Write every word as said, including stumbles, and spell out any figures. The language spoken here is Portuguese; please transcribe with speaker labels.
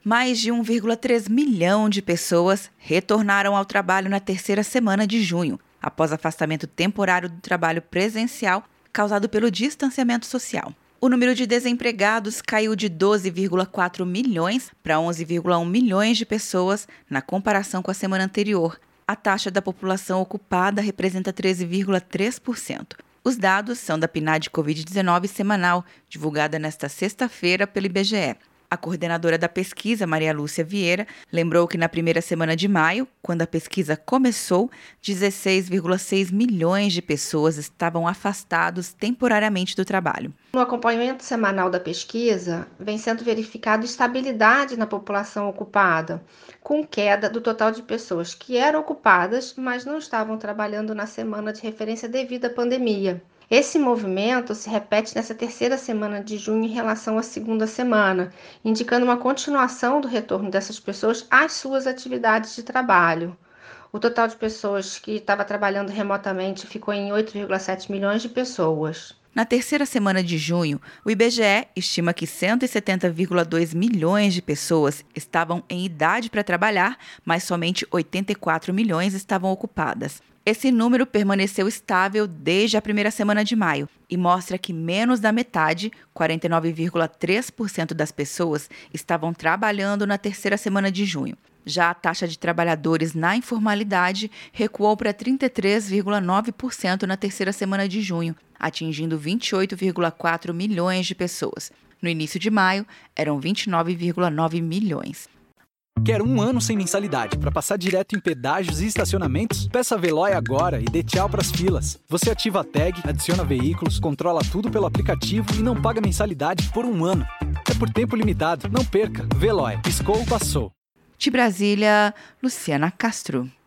Speaker 1: Mais de um vírgula três milhão de pessoas retornaram ao trabalho na terceira semana de junho, após afastamento temporário do trabalho presencial causado pelo distanciamento social. O número de desempregados caiu de doze vírgula quatro milhões para onze vírgula um milhões de pessoas na comparação com a semana anterior. A taxa da população ocupada representa treze vírgula três por cento. Os dados são da P N A D covid dezenove semanal, divulgada nesta sexta-feira pelo I B G E. A coordenadora da pesquisa, Maria Lúcia Vieira, lembrou que na primeira semana de maio, quando a pesquisa começou, dezesseis vírgula seis milhões de pessoas estavam afastados temporariamente do trabalho.
Speaker 2: No acompanhamento semanal da pesquisa, vem sendo verificado estabilidade na população ocupada, com queda do total de pessoas que eram ocupadas, mas não estavam trabalhando na semana de referência devido à pandemia. Esse movimento se repete nessa terceira semana de junho em relação à segunda semana, indicando uma continuação do retorno dessas pessoas às suas atividades de trabalho. O total de pessoas que estava trabalhando remotamente ficou em oito vírgula sete milhões de pessoas.
Speaker 1: Na terceira semana de junho, o I B G E estima que cento e setenta vírgula dois milhões de pessoas estavam em idade para trabalhar, mas somente oitenta e quatro milhões estavam ocupadas. Esse número permaneceu estável desde a primeira semana de maio e mostra que menos da metade, quarenta e nove vírgula três por cento das pessoas, estavam trabalhando na terceira semana de junho. Já a taxa de trabalhadores na informalidade recuou para trinta e três vírgula nove por cento na terceira semana de junho, atingindo vinte e oito vírgula quatro milhões de pessoas. No início de maio, eram vinte e nove vírgula nove milhões.
Speaker 3: Quer um ano sem mensalidade para passar direto em pedágios e estacionamentos? Peça a Veloy agora e dê tchau pras filas. Você ativa a tag, adiciona veículos, controla tudo pelo aplicativo e não paga mensalidade por um ano. É por tempo limitado. Não perca. Veloy. Piscou, passou.
Speaker 1: De Brasília, Luciana Castro.